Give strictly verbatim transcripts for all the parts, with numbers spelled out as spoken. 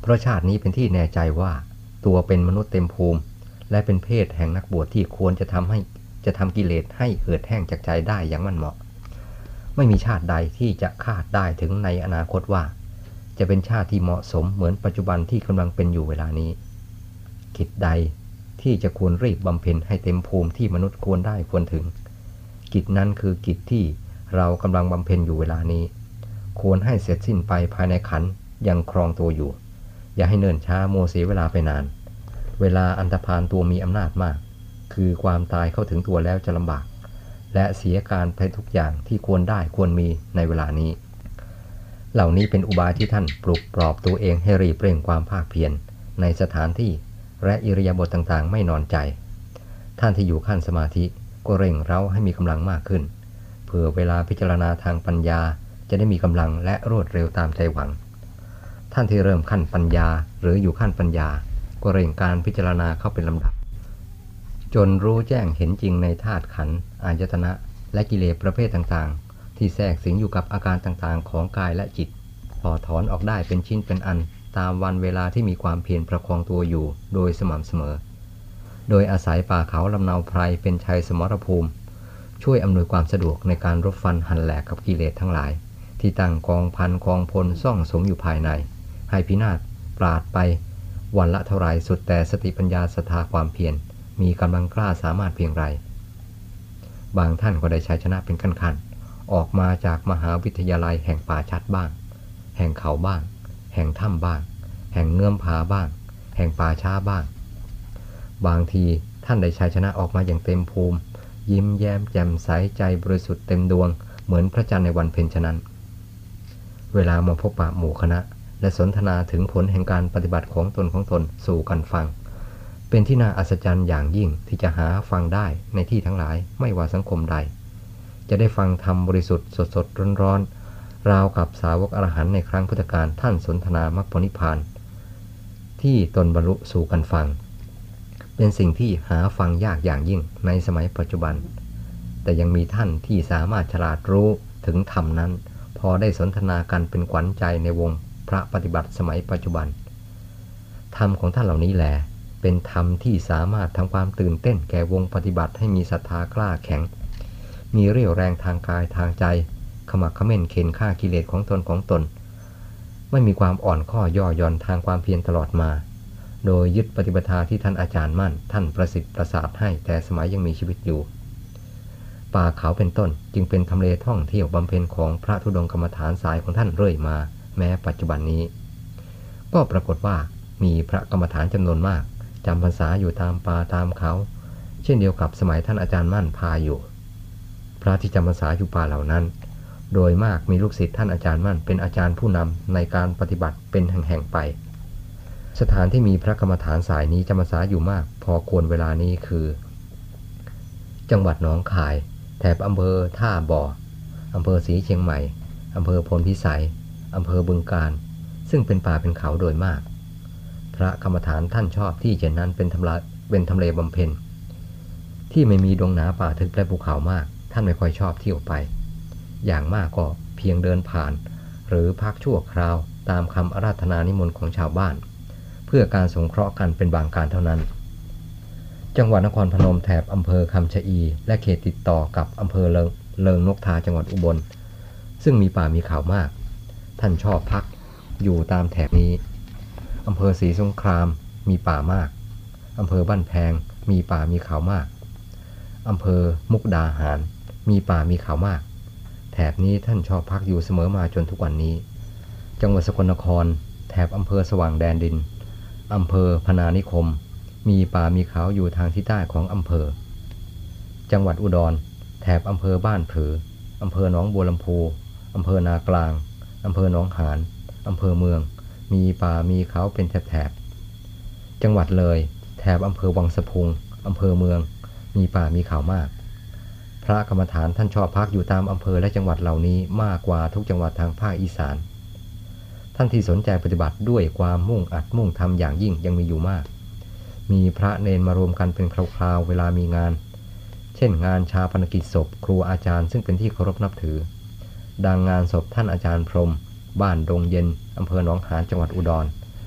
เพราะชาตินี้เป็นที่แน่ใจว่าตัวเป็นมนุษย์เต็มภูมิและเป็นเพศแห่งนักบวชที่ควรจะทำให้จะทำกิเลสให้เหือดแห้งจากใจได้อย่างมั่นเหมาะไม่มีชาติใดที่จะคาดได้ถึงในอนาคตว่าจะเป็นชาติที่เหมาะสมเหมือนปัจจุบันที่กำลังเป็นอยู่เวลานี้กิจใดที่จะควรรีบบำเพ็ญให้เต็มภูมิที่มนุษย์ควรได้ควรถึงกิจนั้นคือกิจที่เรากำลังบำเพ็ญอยู่เวลานี้ควรให้เสร็จสิ้นไปภายในขันธ์ยังครองตัวอยู่อย่าให้เนิ่นช้าโมเสียเวลาไปนานเวลาอันธพาลตัวมีอำนาจมากคือความตายเข้าถึงตัวแล้วจะลำบากและเสียการไปทุกอย่างที่ควรได้ควรมีในเวลานี้เหล่านี้เป็นอุบายที่ท่านปลุกปลอบตัวเองให้รีบเร่งความภาคเพียรในสถานที่และอิริยาบถต่างๆไม่นอนใจท่านที่อยู่ขั้นสมาธิก็เร่งเร้าให้มีกำลังมากขึ้นเพื่อเวลาพิจารณาทางปัญญาจะได้มีกำลังและรวดเร็วตามใจหวังท่านที่เริ่มขั้นปัญญาหรืออยู่ขั้นปัญญาก็เร่งการพิจารณาเข้าเป็นลำดับจนรู้แจ้งเห็นจริงในธาตุขันธ์อายตนะและกิเลสประเภทต่างๆที่แทรกสิงอยู่กับอาการต่างๆของกายและจิตพอถอนออกได้เป็นชิ้นเป็นอันตามวันเวลาที่มีความเพียรประคองตัวอยู่โดยสม่ำเสมอโดยอาศัยป่าเขาลำเนาไพรเป็นชัยสมรภูมิช่วยอำนวยความสะดวกในการรบฟันหันแหลกกับกิเลสทั้งหลายที่ตั้งกองพันกองพลซ่องสมอยู่ภายในให้พินาศปราดไปวันละเท่าไรสุดแต่สติปัญญาศรัทธาความเพียรมีกำลังกล้าสามารถเพียงไรบางท่านก็ได้ชัยชนะเป็นขั้นๆออกมาจากมหาวิทยาลัยแห่งป่าชัดบ้างแห่งเขาบ้างแห่งถ้ำบ้างแห่งเงื่อมผาบ้างแห่งป่าช้าบ้างบางทีท่านได้ชัยชนะออกมาอย่างเต็มภูมิยิ้มแย้มแจ่มใสใจบริสุทธิ์เต็มดวงเหมือนพระจันทร์ในวันเพ็ญฉะนั้นเวลามาพบปะหมู่คณะและสนทนาถึงผลแห่งการปฏิบัติของตนของตนสู่กันฟังเป็นที่น่าอัศจรรย์อย่างยิ่งที่จะหาฟังได้ในที่ทั้งหลายไม่ว่าสังคมใดจะได้ฟังธรรมบริสุทธิ์สดๆร้อนๆราวกับสาวกอรหันต์ในครั้งพุทธกาลท่านสนทนามรรคผลนิพพานที่ตนบรรลุสู่กันฟังเป็นสิ่งที่หาฟังยากอย่างยิ่งในสมัยปัจจุบันแต่ยังมีท่านที่สามารถฉลาดรู้ถึงธรรมนั้นพอได้สนทนากันเป็นขวัญใจในวงพระปฏิบัติสมัยปัจจุบันธรรมของท่านเหล่านี้แหละเป็นธรรมที่สามารถทำความตื่นเต้นแก่วงปฏิบัติให้มีศรัทธากล้าแข็งมีเรี่ยวแรงทางกายทางใจขมักเขม้นเข็นฆ่ากิเลสของตนของตนไม่มีความอ่อนข้อย่อหย่อนทางความเพียรตลอดมาโดยยึดปฏิปทาที่ท่านอาจารย์มั่นท่านประสิทธิ์ประสาทให้แต่สมัยยังมีชีวิตอยู่ป่าเขาเป็นต้นจึงเป็นทำเลท่องเที่ยวบำเพ็ญของพระธุดงค์กรรมฐานสายของท่านเรื่อยมาแม้ปัจจุบันนี้ก็ปรากฏว่ามีพระกรรมฐานจำนวนมากจำพรรษาอยู่ตามป่าตามเขาเช่นเดียวกับสมัยท่านอาจารย์มั่นพาอยู่พระที่จำพรรษาอยู่ป่าเหล่านั้นโดยมากมีลูกศิษย์ท่านอาจารย์มั่นเป็นอาจารย์ผู้นำในการปฏิบัติเป็นแห่งๆไปสถานที่มีพระกรรมฐานสายนี้จำพรรษาอยู่มากพอควรเวลานี้คือจังหวัดหนองคายแถบอำเภอท่าบ่ออำเภอศรีเชียงใหม่อำเภอพลพิสัยอำเภอบึงกาฬซึ่งเป็นป่าเป็นเขาโดยมากพระกรรมฐานท่านชอบที่เช่นนั้นเป็นทำลายเป็นทำเลบำเพ็ญที่ไม่มีดงหนาป่าทึบและภูเขามากท่านไม่ค่อยชอบเที่ยวไปอย่างมากก็เพียงเดินผ่านหรือพักชั่วคราวตามคำอาราธนานิมนต์ของชาวบ้านเพื่อการสงเคราะห์กันเป็นบางการเท่านั้นจังหวัดนครพนมแถบอำเภอคำชะอีและเขตติดต่อกับอำเภอเลิงเลิงนกทาจังหวัดอุบลซึ่งมีป่ามีเขามากท่านชอบพักอยู่ตามแถบนี้อำเภอศรีสงครามมีป่ามากอำเภอบ้านแพงมีป่ามีเขามากอำเภอมุกดาหารมีป่ามีเขามากแถบนี้ท่านชอบพักอยู่เสมอมาจนทุกวันนี้จังหวัดสกลนครแถบอำเภอสว่างแดนดินอำเภอพนานิคมมีป่ามีเขาอยู่ทางทิศใต้ของอำเภอจังหวัดอุดรแถบอำเภอบ้านผืออำเภอหนองบัวลำพูอำเภอนากลางอำเภอหนองหานอำเภอเมืองมีป่ามีเขาเป็นแถบๆจังหวัดเลยแถบอำเภอวังสะพุงอำเภอเมืองมีป่ามีเขามากพระกรรมฐานท่านชอบพักอยู่ตามอำเภอและจังหวัดเหล่านี้มากกว่าทุกจังหวัดทางภาคอีสานท่านที่สนใจปฏิบัติด้วยความมุ่งอัดมุ่งทำอย่างยิ่งยังมีอยู่มากมีพระเนนมารวมกันเป็นคราวๆเวลามีงานเช่นงานชาปนกิจศพครูอาจารย์ซึ่งเป็นที่เคารพนับถือดังงานศพท่านอาจารย์พรหมบ้านดงเย็นอำเภอหนองหานจังหวัดอุดร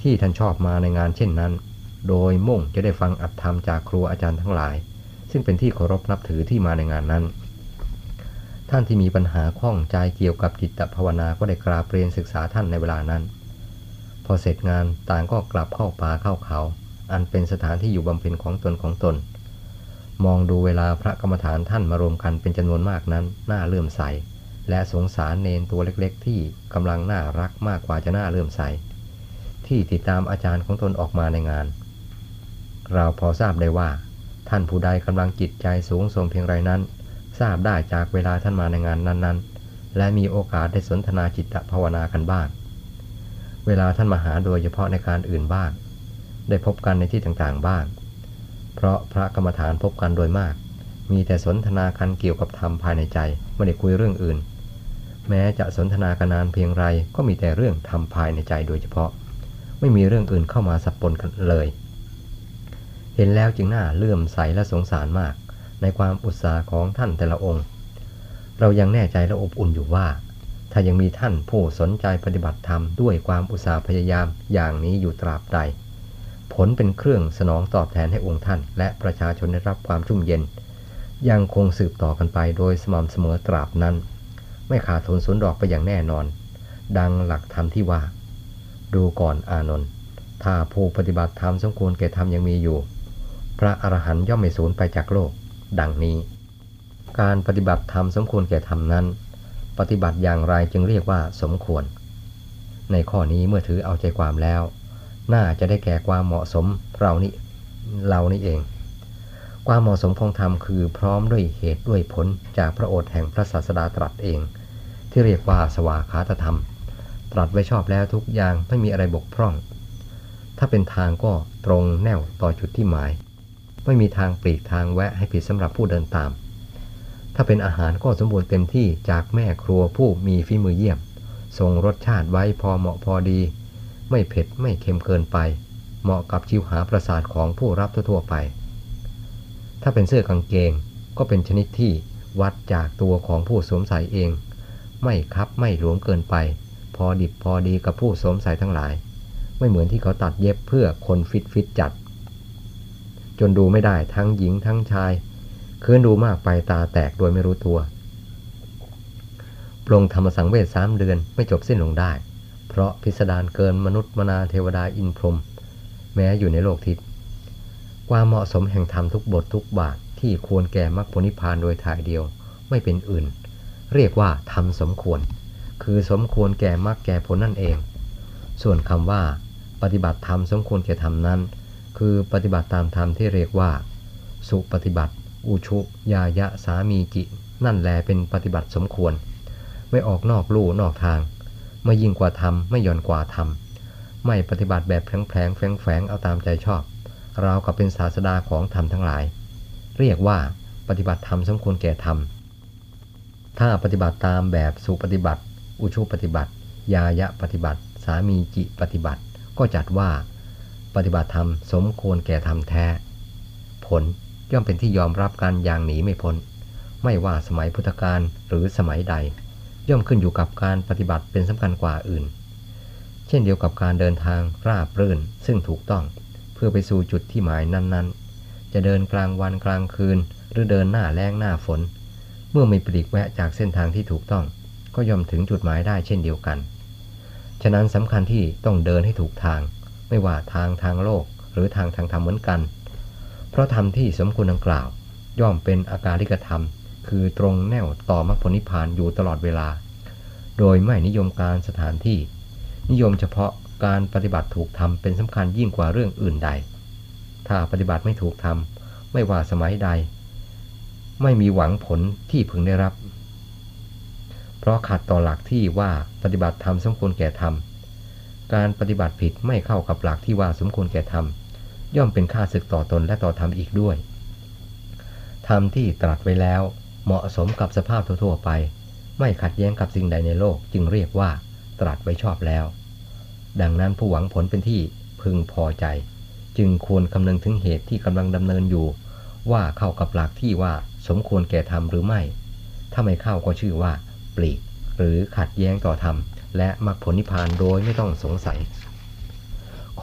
ที่ท่านชอบมาในงานเช่นนั้นโดยมุ่งจะได้ฟังอัตธรรมจากครูอาจารย์ทั้งหลายซึ่งเป็นที่เคารพนับถือที่มาในงานนั้นท่านที่มีปัญหาข้องใจเกี่ยวกับจิตภาวนาก็ได้กราบเรียนศึกษาท่านในเวลานั้นพอเสร็จงานต่างก็กลับเข้าป่าเข้าเขาอันเป็นสถานที่อยู่บำเพ็ญของตนของตนมองดูเวลาพระกรรมฐานท่านมารวมกันเป็นจำนวนมากนั้นน่าเลื่อมใสและสงสารเนนตัวเล็กๆที่กำลังน่ารักมากกว่าจะน่าเลื่อมใสที่ติดตามอาจารย์ของตนออกมาในงานเราพอทราบได้ว่าท่านผู้ใดกำลังจิตใจสูงส่งเพียงไรนั้นทราบได้จากเวลาท่านมาในงานนั้นๆและมีโอกาสได้สนทนาจิตภาวนากันบ้างเวลาท่านมาหาโดยเฉพาะในการอื่นบ้างได้พบกันในที่ต่างๆบ้างเพราะพระกรรมฐานพบกันโดยมากมีแต่สนทนากันเกี่ยวกับธรรมภายในใจไม่ได้คุยเรื่องอื่นแม้จะสนทนากันนานเพียงไรก็มีแต่เรื่องธรรมภายในใจโดยเฉพาะไม่มีเรื่องอื่นเข้ามาสับปนกันเลยเห็นแล้วจึงน่าเลื่อมใสและสงสารมากในความอุตสาห์ของท่านแต่ละองค์เรายังแน่ใจและอบอุ่นอยู่ว่าถ้ายังมีท่านผู้สนใจปฏิบัติธรรมด้วยความอุตสาห์พยายามอย่างนี้อยู่ตราบใดผลเป็นเครื่องสนองตอบแทนให้องค์ท่านและประชาชนได้รับความชุ่มเย็นยังคงสืบต่อกันไปโดยสม่ำเสมอตราบนั้นไม่ขาดทุนสูญดอกไปอย่างแน่นอนดังหลักธรรมที่ว่าดูก่อนอานนท์ถ้าผู้ปฏิบัติธรรมสมควรแก่ธรรมยังมีอยู่พระอรหันต์ย่อมไม่สูญไปจากโลกดังนี้การปฏิบัติธรรมสมควรแก่ธรรมนั้นปฏิบัติอย่างไรจึงเรียกว่าสมควรในข้อนี้เมื่อถือเอาใจความแล้วน่าจะได้แก่ความเหมาะสมเรานี่เรานี่เองความเหมาะสมของธรรมคือพร้อมด้วยเหตุด้วยผลจากพระโอษฐ์แห่งพระศาสดาตรัสเองที่เรียกว่าสวากขาตธรรมตรัสไว้ชอบแล้วทุกอย่างไม่มีอะไรบกพร่องถ้าเป็นทางก็ตรงแนวต่อจุดที่หมายไม่มีทางปลีกทางแวะให้ผิดสำหรับผู้เดินตามถ้าเป็นอาหารก็สมบูรณ์เต็มที่จากแม่ครัวผู้มีฝีมือเยี่ยมทรงรสชาติไว้พอเหมาะพอดีไม่เผ็ดไม่เค็มเกินไปเหมาะกับชิวหาประสาทของผู้รับทั่วไปถ้าเป็นเสื้อกางเกงก็เป็นชนิดที่วัดจากตัวของผู้สวมใส่เองไม่คับไม่หลวมเกินไปพอดิบพอดีกับผู้สวมใส่ทั้งหลายไม่เหมือนที่เขาตัดเย็บเพื่อคนฟิตฟิตจัดจนดูไม่ได้ทั้งหญิงทั้งชายคืนดูมากไปตาแตกโดยไม่รู้ตัวปลงธรรมสังเวชสามเดือนไม่จบสิ้นลงได้เพราะพิสดารเกินมนุษย์มนาเทวดาอินพรหมแม้อยู่ในโลกทิพย์ความเหมาะสมแห่งธรรมทุกบททุกบาทที่ควรแก่มรรคผลนิพพานโดยถ่ายเดียวไม่เป็นอื่นเรียกว่าธรรมสมควรคือสมควรแก่มรรคแก่ผลนั่นเองส่วนคำว่าปฏิบัติธรรมสมควรแก่ธรรมนั้นคือปฏิบัติตามธรรมที่เรียกว่าสุปฏิบัติอุชุยายะสามีจินั่นแลเป็นปฏิบัติสมควรไม่ออกนอกลู่นอกทางไม่ยิ่งกว่าธรรมไม่ย่อนกว่าธรรมไม่ปฏิบัติแบบแผลงๆแฝงๆเอาตามใจชอบราวกับเป็นศาสดาของธรรมทั้งหลายเรียกว่าปฏิบัติธรรมสมควรแก่ธรรมถ้าปฏิบัติตามแบบสุปฏิบัติอุชุปฏิบัติยายะปฏิบัติสามีจิปฏิบัติก็จัดว่าปฏิบัติธรรมสมควรแก่ธรรมแท้ผลย่อมเป็นที่ยอมรับกันอย่างหนีไม่พ้นไม่ว่าสมัยพุทธกาลหรือสมัยใดย่อมขึ้นอยู่กับการปฏิบัติเป็นสำคัญกว่าอื่นเช่นเดียวกับการเดินทางราบรื่นซึ่งถูกต้องเพื่อไปสู่จุดที่หมายนั้นๆจะเดินกลางวันกลางคืนหรือเดินหน้าแล้งหน้าฝนเมื่อไม่ปลีกแวะจากเส้นทางที่ถูกต้องก็ย่อมถึงจุดหมายได้เช่นเดียวกันฉะนั้นสำคัญที่ต้องเดินให้ถูกทางไม่ว่าทางทางโลกหรือทางทางธรรมเหมือนกันเพราะธรรมที่สมควรดังกล่าวย่อมเป็นอาการลิกธรรมคือตรงแนวต่อมรรคผลนิพพานอยู่ตลอดเวลาโดยไม่นิยมการสถานที่นิยมเฉพาะการปฏิบัติถูกทำเป็นสำคัญยิ่งกว่าเรื่องอื่นใดถ้าปฏิบัติไม่ถูกทำไม่ว่าสมัยใดไม่มีหวังผลที่พึงได้รับเพราะขัดต่อหลักที่ว่าปฏิบัติธรรมสมควรแก่ธรรมการปฏิบัติผิดไม่เข้ากับหลักที่ว่าสมควรแก่ธรรมย่อมเป็นค่าศึกต่อตนและต่อธรรมอีกด้วยธรรมที่ตรัสไว้แล้วเหมาะสมกับสภาพทั่วๆไปไม่ขัดแย้งกับสิ่งใดในโลกจึงเรียกว่าตรัสไว้ชอบแล้วดังนั้นผู้หวังผลเป็นที่พึงพอใจจึงควรคำนึงถึงเหตุที่กำลังดำเนินอยู่ว่าเข้ากับหลักที่ว่าสมควรแก่ธรรมหรือไม่ถ้าไม่เข้าก็ชื่อว่าปลีกหรือขัดแย้งต่อธรรมและมรรคผลนิพพานโดยไม่ต้องสงสัยข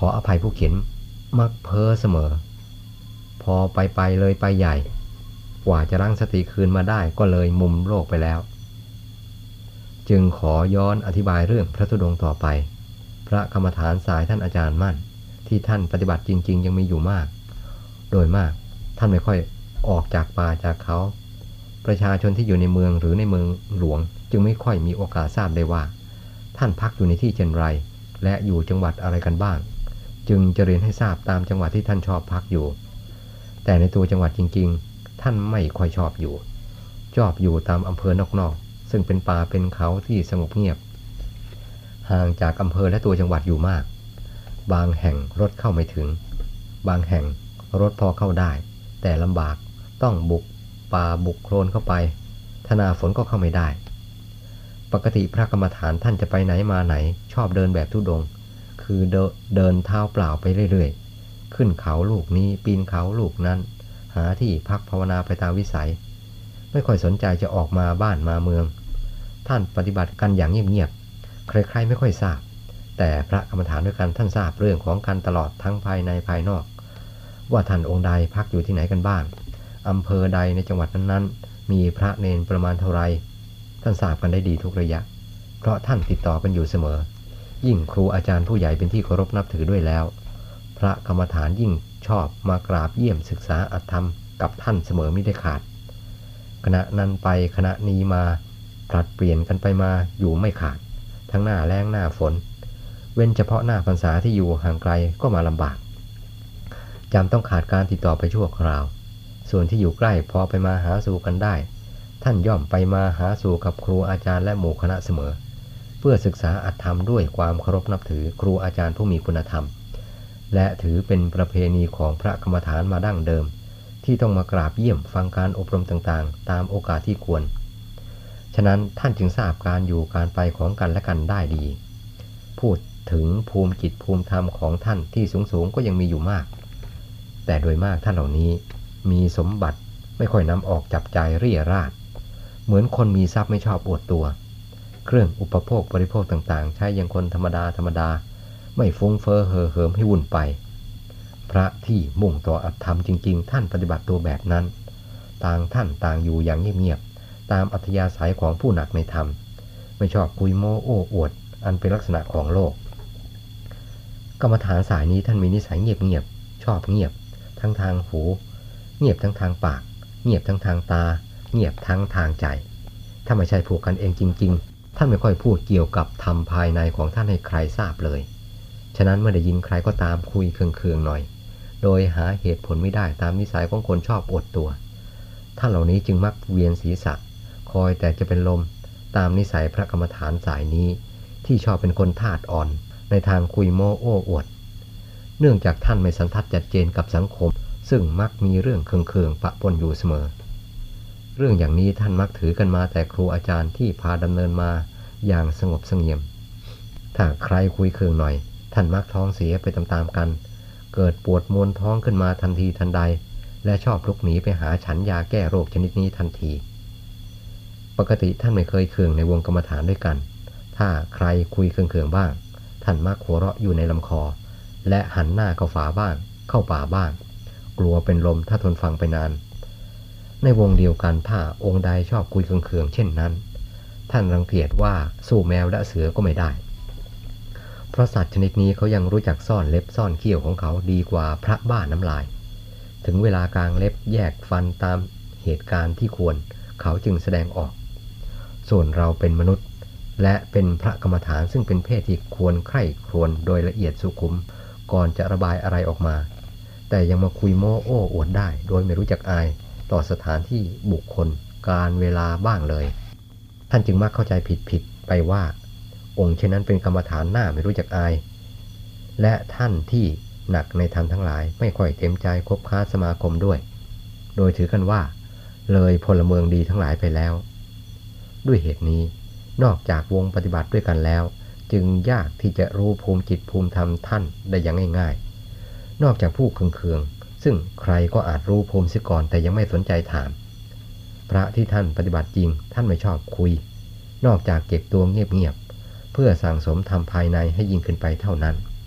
ออภัยผู้เขียนมักเพ้อเสมอพอไปไปเลยไปใหญ่กว่าจะรั้งสติคืนมาได้ก็เลยมุมโลกไปแล้วจึงขอย้อนอธิบายเรื่องพระธุดงค์ต่อไปพระกรรมฐานสายท่านอาจารย์มั่นที่ท่านปฏิบัติจริงๆยังมีอยู่มากโดยมากท่านไม่ค่อยออกจากป่าจากเขาประชาชนที่อยู่ในเมืองหรือในเมืองหลวงจึงไม่ค่อยมีโอกาสทราบได้ว่าท่านพักอยู่ในที่เช่นไรและอยู่จังหวัดอะไรกันบ้างจึงจะเรียนให้ทราบตามจังหวัดที่ท่านชอบพักอยู่แต่ในตัวจังหวัดจริงๆท่านไม่ค่อยชอบอยู่ชอบอยู่ตามอำเภอนอกๆซึ่งเป็นป่าเป็นเขาที่สงบเงียบห่างจากอำเภอและตัวจังหวัดอยู่มากบางแห่งรถเข้าไม่ถึงบางแห่งรถพอเข้าได้แต่ลำบากต้องบุกป่าบุกโคลนเข้าไปธนาฝนก็เข้าไม่ได้ปกติพระกรรมฐานท่านจะไปไหนมาไหนชอบเดินแบบธุดงค์คือเดเดินเท้าเปล่าไปเรื่อยๆขึ้นเขาลูกนี้ปีนเขาลูกนั้นหาที่พักภาวนาไปตามวิสัยไม่ค่อยสนใจจะออกมาบ้านมาเมืองท่านปฏิบัติกันอย่างเงียบๆใครๆไม่ค่อยทราบแต่พระกรรมฐานด้วยกันท่านทราบเรื่องของกันตลอดทั้งภายในภายนอกว่าท่านองค์ใดพักอยู่ที่ไหนกันบ้างอำเภอใดในจังหวัดนั้นๆมีพระเนนประมาณเท่าไรท่านทราบกันได้ดีทุกระยะเพราะท่านติดต่อกันอยู่เสมอยิ่งครูอาจารย์ผู้ใหญ่เป็นที่เคารพนับถือด้วยแล้วพระกรรมฐานยิ่งชอบมากราบเยี่ยมศึกษาอัตธรรมกับท่านเสมอไม่ได้ขาดคณะนั้นไปคณะนี้มาผลัดเปลี่ยนกันไปมาอยู่ไม่ขาดทั้งหน้าแล้งหน้าฝนเว้นเฉพาะหน้าพรรษาที่อยู่ห่างไกลก็มาลำบากจำต้องขาดการติดต่อไปชั่วคราวส่วนที่อยู่ใกล้พอไปมาหาสู่กันได้ท่านย่อมไปมาหาสู่กับครูอาจารย์และหมู่คณะเสมอเพื่อศึกษาอัตธรรมด้วยความเคารพนับถือครูอาจารย์ผู้มีคุณธรรมและถือเป็นประเพณีของพระกรรมฐานมาดั้งเดิมที่ต้องมากราบเยี่ยมฟังการอบรมต่างๆตามโอกาสที่ควรฉะนั้นท่านจึงทราบการอยู่การไปของกันและกันได้ดีพูดถึงภูมิจิตภูมิธรรมของท่านที่สูงๆก็ยังมีอยู่มากแต่โดยมากท่านเหล่านี้มีสมบัติไม่ค่อยนำออกจับจ่ายเรี่ยราดเหมือนคนมีทรัพย์ไม่ชอบอวดตัวเครื่องอุปโภคบริโภคต่างๆใช้อย่างคนธรรมดาธรรมดาไม่ฟุ้งเฟ้อเห่อเหิมให้วุ่นไปพระที่มุ่งต่ออัตธรรมจริงๆท่านปฏิบัติตัวแบบนั้นต่างท่านต่างอยู่อย่างเงียบๆตามอัธยาศัยของผู้หนักในธรรมไม่ชอบคุยโม้โอ้อวดอันเป็นลักษณะของโลกกรรมฐานสายนี้ท่านมีนิสัยเงียบๆชอบเงียบทั้งทางหูเงียบทั้งทางปากเงียบทั้งทางตาเงียบทั้งทางใจถ้าไม่ใช่ผูกกันเองจริงๆท่านไม่ค่อยพูดเกี่ยวกับธรรมภายในของท่านให้ใครทราบเลยฉะนั้นเมื่อได้ยินใครก็ตามคุยเคืองๆหน่อยโดยหาเหตุผลไม่ได้ตามนิสัยของคนชอบอวดตัวท่านเหล่านี้จึงมักเวียนศีรษะคอยแต่จะเป็นลมตามนิสัยพระกรรมฐานสายนี้ที่ชอบเป็นคนธาตุอ่อนในทางคุยโม้โอ้อวดเนื่องจากท่านไม่สันทัดจัดเจนกับสังคมซึ่งมักมีเรื่องเคืองๆปะปนอยู่เสมอเรื่องอย่างนี้ท่านมักถือกันมาแต่ครูอาจารย์ที่พาดำเนินมาอย่างสงบเสงี่ยมถ้าใครคุยเคืองหน่อยท่านมักท้องเสียไปตามๆกันเกิดปวดมวนท้องขึ้นมาทันทีทันใดและชอบลุกหนีไปหาฉันยาแก้โรคชนิดนี้ทันทีปกติท่านไม่เคยเคืองในวงกรรมฐานด้วยกันถ้าใครคุยเคืองๆบ้างท่านมักหัวเราะอยู่ในลำคอและหันหน้าเข้าฝาบ้างเข้าป่าบ้างกลัวเป็นลมถ้าทนฟังไปนานในวงเดียวกันถ้าองค์ใดชอบคุยเคืองๆเช่นนั้นท่านรังเกียจว่าสู้แมวและเสือก็ไม่ได้เพราะสัตว์ชนิดนี้เขายังรู้จักซ่อนเล็บซ่อนเขี้ยวของเขาดีกว่าพระบ้าน้ำลายถึงเวลากลางเล็บแยกฟันตามเหตุการณ์ที่ควรเขาจึงแสดงออกส่วนเราเป็นมนุษย์และเป็นพระกรรมฐานซึ่งเป็นเพศที่ควรใคร่ครวญโดยละเอียดสุขุมก่อนจะระบายอะไรออกมาแต่ยังมาคุยโม้โอ้อวดได้โดยไม่รู้จักอายต่อสถานที่บุคคลการเวลาบ้างเลยท่านจึงมักเข้าใจผิดๆไปว่าองค์เช่นนั้นเป็นกรรมฐานหน้าไม่รู้จักอายและท่านที่หนักในธรรมทั้งหลายไม่ค่อยเต็มใจคบค้าสมาคมด้วยโดยถือกันว่าเลยพลเมืองดีทั้งหลายไปแล้วด้วยเหตุนี้นอกจากวงปฏิบัติด้วยกันแล้วจึงยากที่จะรู้ภูมิจิตภูมิธรรมท่านได้อย่างง่ายๆนอกจากผู้เคืองๆซึ่งใครก็อาจรู้ภูมิเสียก่อนแต่ยังไม่สนใจถามพระที่ท่านปฏิบัติจริงท่านไม่ชอบคุยนอกจากเก็บตัวเงียบๆเพื่อสั่งสมธรรมภายในให้ยิ่งขึ้นไปเท่านั้น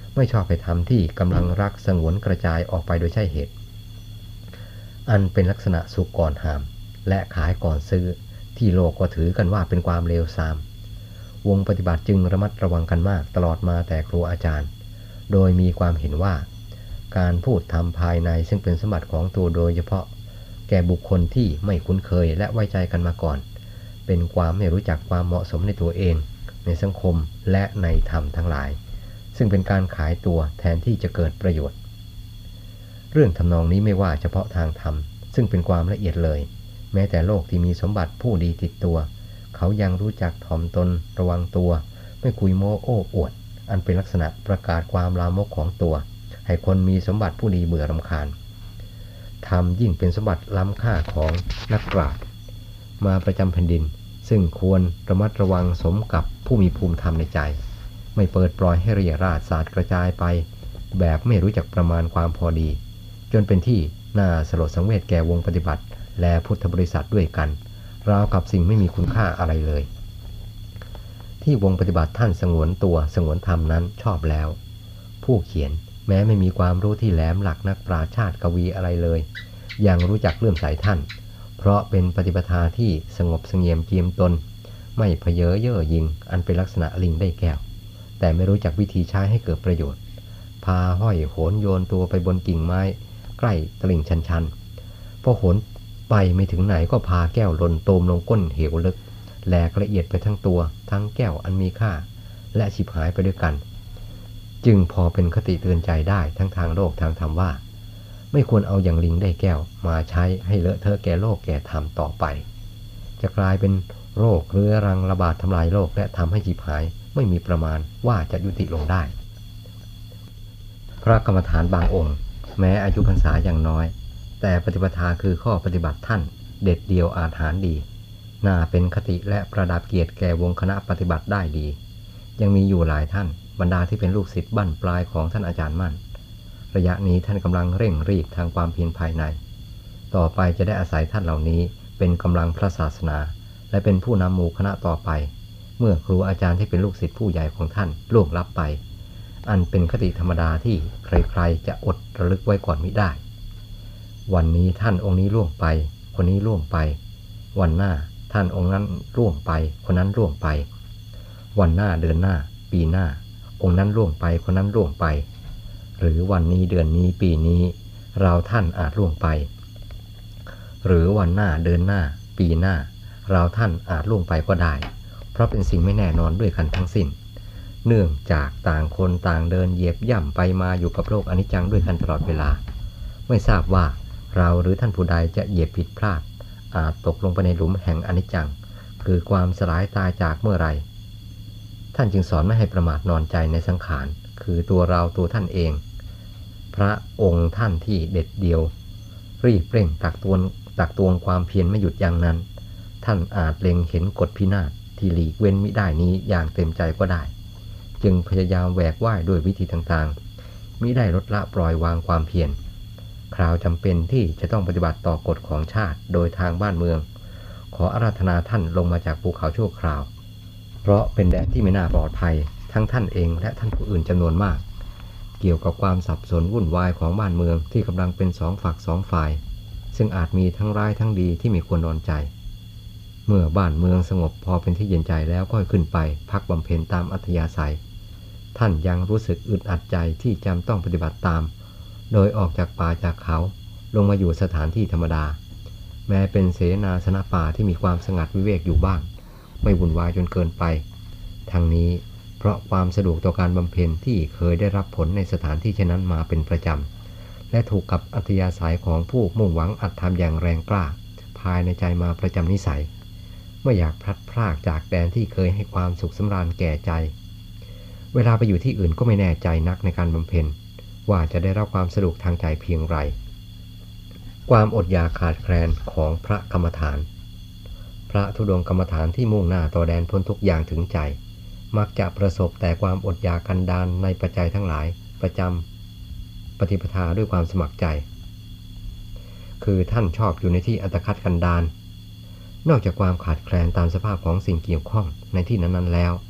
ไม่ชอบไปทำที่กำลังรักสงวนกระจายออกไปโดยใช่เหตุอันเป็นลักษณะสุกก่อนหามและขายก่อนซื้อที่โลกก็ถือกันว่าเป็นความเลวทรามวงปฏิบัติจึงระมัดระวังกันมากตลอดมาแต่ครูอาจารย์โดยมีความเห็นว่าการพูดทำภายในซึ่งเป็นสมบัติของตัวโดยเฉพาะแก่บุคคลที่ไม่คุ้นเคยและไว้ใจกันมาก่อนเป็นความไม่รู้จักความเหมาะสมในตัวเองในสังคมและในธรรมทั้งหลายซึ่งเป็นการขายตัวแทนที่จะเกิดประโยชน์เรื่องทำนองนี้ไม่ว่าเฉพาะทางธรรมซึ่งเป็นความละเอียดเลยแม้แต่โลกที่มีสมบัติผู้ดีติดตัวเขายังรู้จักถ่อมตนระวังตัวไม่คุยโม้โอ้อวดอันเป็นลักษณะประกาศความลามกของตัวให้คนมีสมบัติผู้ดีเบื่อรำคาญธรรมยิ่งเป็นสมบัติล้ำค่าของนักปราชญ์มาประจำแผ่นดินซึ่งควรระมัดระวังสมกับผู้มีภูมิธรรมในใจไม่เปิดปล่อยให้เรี่ยราดสาดกระจายไปแบบไม่รู้จักประมาณความพอดีจนเป็นที่น่าสลดสังเวชแก่วงปฏิบัติและพุทธบริษัทด้วยกันราวกับสิ่งไม่มีคุณค่าอะไรเลยที่วงปฏิบัติท่านสงวนตัวสงวนธรรมนั้นชอบแล้วผู้เขียนแม้ไม่มีความรู้ที่แหลมหลักนักปราชญ์ชาติกวีอะไรเลยยังรู้จักเลื่อมใสท่านเพราะเป็นปฏิปทาที่สงบเสงี่ยมเจียมตนไม่เพเยอเย่อหยิ่งอันเป็นลักษณะลิงได้แก้วแต่ไม่รู้จักวิธีใช้ให้เกิดประโยชน์พาห้อยโหนโยนตัวไปบนกิ่งไม้ใกล้ตลิ่งชันๆพอโหนไปไม่ถึงไหนก็พาแก้วหล่นโตมลงก้นเหวลึกแหลกละเอียดไปทั้งตัวทั้งแก้วอันมีค่าและฉิบหายไปด้วยกันจึงพอเป็นคติเตือนใจได้ทั้งทางโลกทางธรรมว่าไม่ควรเอาอย่างลิงได้แก้วมาใช้ให้เลอะเทอะแก่โลกแก่ธรรมต่อไปจะกลายเป็นโรคเรื้อรังระบาดทำลายโลกและทำให้ฉิบหายไม่มีประมาณว่าจะยุติลงได้พระกรรมฐานบางองค์แม้อายุพรรษาอย่างน้อยแต่ปฏิปทาคือข้อปฏิบัติท่านเด็ดเดียวอาจหารดีน่าเป็นคติและประดับเกียรติแก่วงคณะปฏิบัติได้ดียังมีอยู่หลายท่านบรรดาที่เป็นลูกศิษย์บั้นปลายของท่านอาจารย์มั่นระยะนี้ท่านกำลังเร่งรีบทางความเพียรภายในต่อไปจะได้อาศัยท่านเหล่านี้เป็นกำลังพระศาสนาและเป็นผู้นำหมู่คณะต่อไปเมื่อครูอาจารย์ที่เป็นลูกศิษย์ผู้ใหญ่ของท่านล่วงลับไปอันเป็นคติธรรมดาที่ใครๆจะอดระลึกไว้ก่อนมิได้วันนี้ท่านองค์นี้ล่วงไปคนนี้ล่วงไปวันหน้าท่านองค์นั้นล่วงไปคนนั้นล่วงไปวันหน้าเดือนหน้าปีหน้าองค์นั้นล่วงไปคนนั้นล่วงไปหรือวันนี้เดือนนี้ปีนี้เราท่านอาจล่วงไปหรือวันหน้าเดือนหน้าปีหน้าเราท่านอาจล่วงไปก็ได้เพราะเป็นสิ่งไม่แน่นอนด้วยกันทั้งสิ้นเนื่องจากต่างคนต่างเดินเหยียบย่ำไปมาอยู่กับโลกอนิจจังด้วยกันตลอดเวลาไม่ทราบว่าเราหรือท่านผู้ใดจะเหยียบผิดพลาดอาจตกลงไปในหลุมแห่งอนิจจังคือความสลายตายจากเมื่อไรท่านจึงสอนไม่ให้ประมาทนอนใจในสังขารคือตัวเราตัวท่านเองพระองค์ท่านที่เด็ดเดียวรีบเร่งตักตวงตักตวงความเพียรไม่หยุดยั้งนั้นท่านอาจเล็งเห็นกฎพินาศที่หลีกเว้นมิได้นี้อย่างเต็มใจก็ได้จึงพยายามแหวกว่ายด้วยวิธีต่างๆมิได้ลดละปล่อยวางความเพียรคราวจำเป็นที่จะต้องปฏิบัติต่อกฎของชาติโดยทางบ้านเมืองขออาราธนาท่านลงมาจากภูเขาชั่วคราวเพราะเป็นแดนที่ไม่น่าปลอดภัยทั้งท่านเองและท่านผู้อื่นจำนวนมากเกี่ยวกับความสับสนวุ่นวายของบ้านเมืองที่กำลังเป็นสองฝักสองฝ่ายซึ่งอาจมีทั้งร้ายทั้งดีที่ไม่ควรนอนใจเมื่อบ้านเมืองสงบพอเป็นที่เย็นใจแล้วก็ขึ้นไปพักบำเพ็ญตามอัธยาศัยท่านยังรู้สึกอึดอัดใจที่จำต้องปฏิบัติตามโดยออกจากป่าจากเขาลงมาอยู่สถานที่ธรรมดาแม้เป็นเสนาสนะป่าที่มีความสงัดวิเวกอยู่บ้างไม่วุ่นวายจนเกินไปทั้งนี้เพราะความสะดวกต่อการบำเพ็ญที่เคยได้รับผลในสถานที่เช่นนั้นมาเป็นประจำและถูกกับอัธยาศัยของผู้มุ่งหวังอัตธรรมอย่างแรงกล้าภายในใจมาประจำนิสัยไม่อยากพลัดพรากจากแดนที่เคยให้ความสุขสำราญแก่ใจเวลาไปอยู่ที่อื่นก็ไม่แน่ใจนักในการบำเพ็ญว่าจะได้รับความสะดวกทางใจเพียงไรความอดอยากขาดแคลนของพระกรรมฐานพระธุดงค์กรรมฐานที่มุ่งหน้าต่อแดนพ้นทุกอย่างถึงใจมักจะประสบแต่ความอดอยากกันดารในปัจจัยทั้งหลายประจำปฏิปทาด้วยความสมัครใจคือท่านชอบอยู่ในที่อัตคัดกันดารนอกจากความขาดแคลนตามสภาพของสิ่งเกี่ยวข้องในที่นั้นๆแล้ว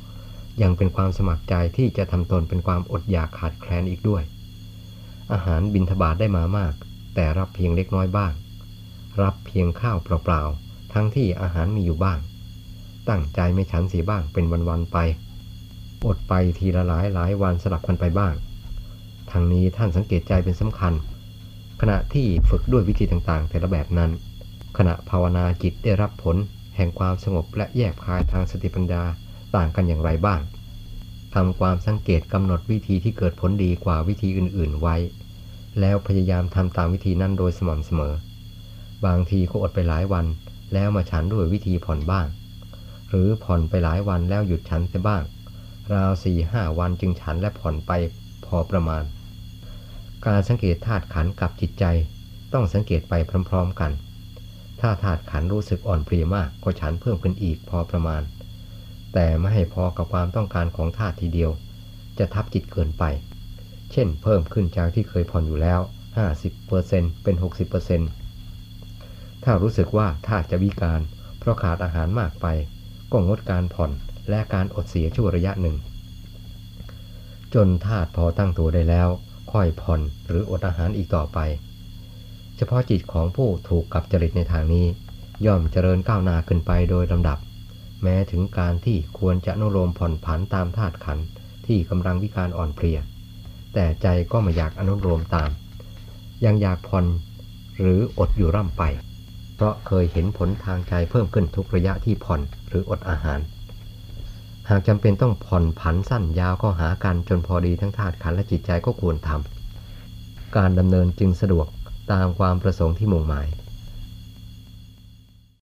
ยังเป็นความสมัครใจที่จะทำตนเป็นความอดอยากขาดแคลนอีกด้วยอาหารบิณฑบาตได้มามากแต่รับเพียงเล็กน้อยบ้างรับเพียงข้าวเปล่าๆทั้งที่อาหารมีอยู่บ้างตั้งใจไม่ฉันเสียบ้างเป็นวันๆไปอดไปทีละหลายหลายวันสลับกันไปบ้างทางนี้ท่านสังเกตใจเป็นสำคัญขณะที่ฝึกด้วยวิธีต่างๆแต่ละแบบนั้นขณะภาวนาจิตได้รับผลแห่งความสงบและแยบคายทางสติปัญญาต่างกันอย่างไรบ้างทำความสังเกตกำหนดวิธีที่เกิดผลดีกว่าวิธีอื่นๆไว้แล้วพยายามทำตามวิธีนั้นโดยสม่ำเสมอบางทีก็อดไปหลายวันแล้วมาฉันด้วยวิธีผ่อนบ้างหรือผ่อนไปหลายวันแล้วหยุดฉันเสียบ้างราวสี่ห้าวันจึงฉันและผ่อนไปพอประมาณการสังเกตธาตุขันธ์กับจิตใจต้องสังเกตไปพร้อมๆกันถ้าธาตุขันธ์รู้สึกอ่อนเพลียมากก็ฉันเพิ่มขึ้นอีกพอประมาณแต่ไม่ให้พอกับความต้องการของธาตุทีเดียวจะทับจิตเกินไปเช่นเพิ่มขึ้นจากที่เคยผ่อนอยู่แล้ว ห้าสิบเปอร์เซ็นต์ เป็น หกสิบเปอร์เซ็นต์ ถ้ารู้สึกว่าธาตุจะวิการเพราะขาดอาหารมากไปก็งดการผ่อนและการอดเสียชั่วระยะหนึ่งจนธาตุพอตั้งตัวได้แล้วค่อยผ่อนหรืออดอาหารอีกต่อไปเฉพาะจิตของผู้ถูกกับจริตในทางนี้ย่อมเจริญก้าวหน้าขึ้นไปโดยลำดับแม้ถึงการที่ควรจะอนุโลมผ่อนผันตามธาตุขันธ์ที่กำลังวิการอ่อนเพลียแต่ใจก็ไม่อยากอนุโลมตามยังอยากผ่อนหรืออดอยู่ร่ำไปเพราะเคยเห็นผลทางใจเพิ่มขึ้นทุกระยะที่ผ่อนหรืออดอาหารหากจำเป็นต้องผ่อนผันสั้นยาวก็หากันจนพอดีทั้งธาตุขันธ์และจิตใจก็ควรทำการดำเนินจึงสะดวกตามความประสงค์ที่มุ่งหมาย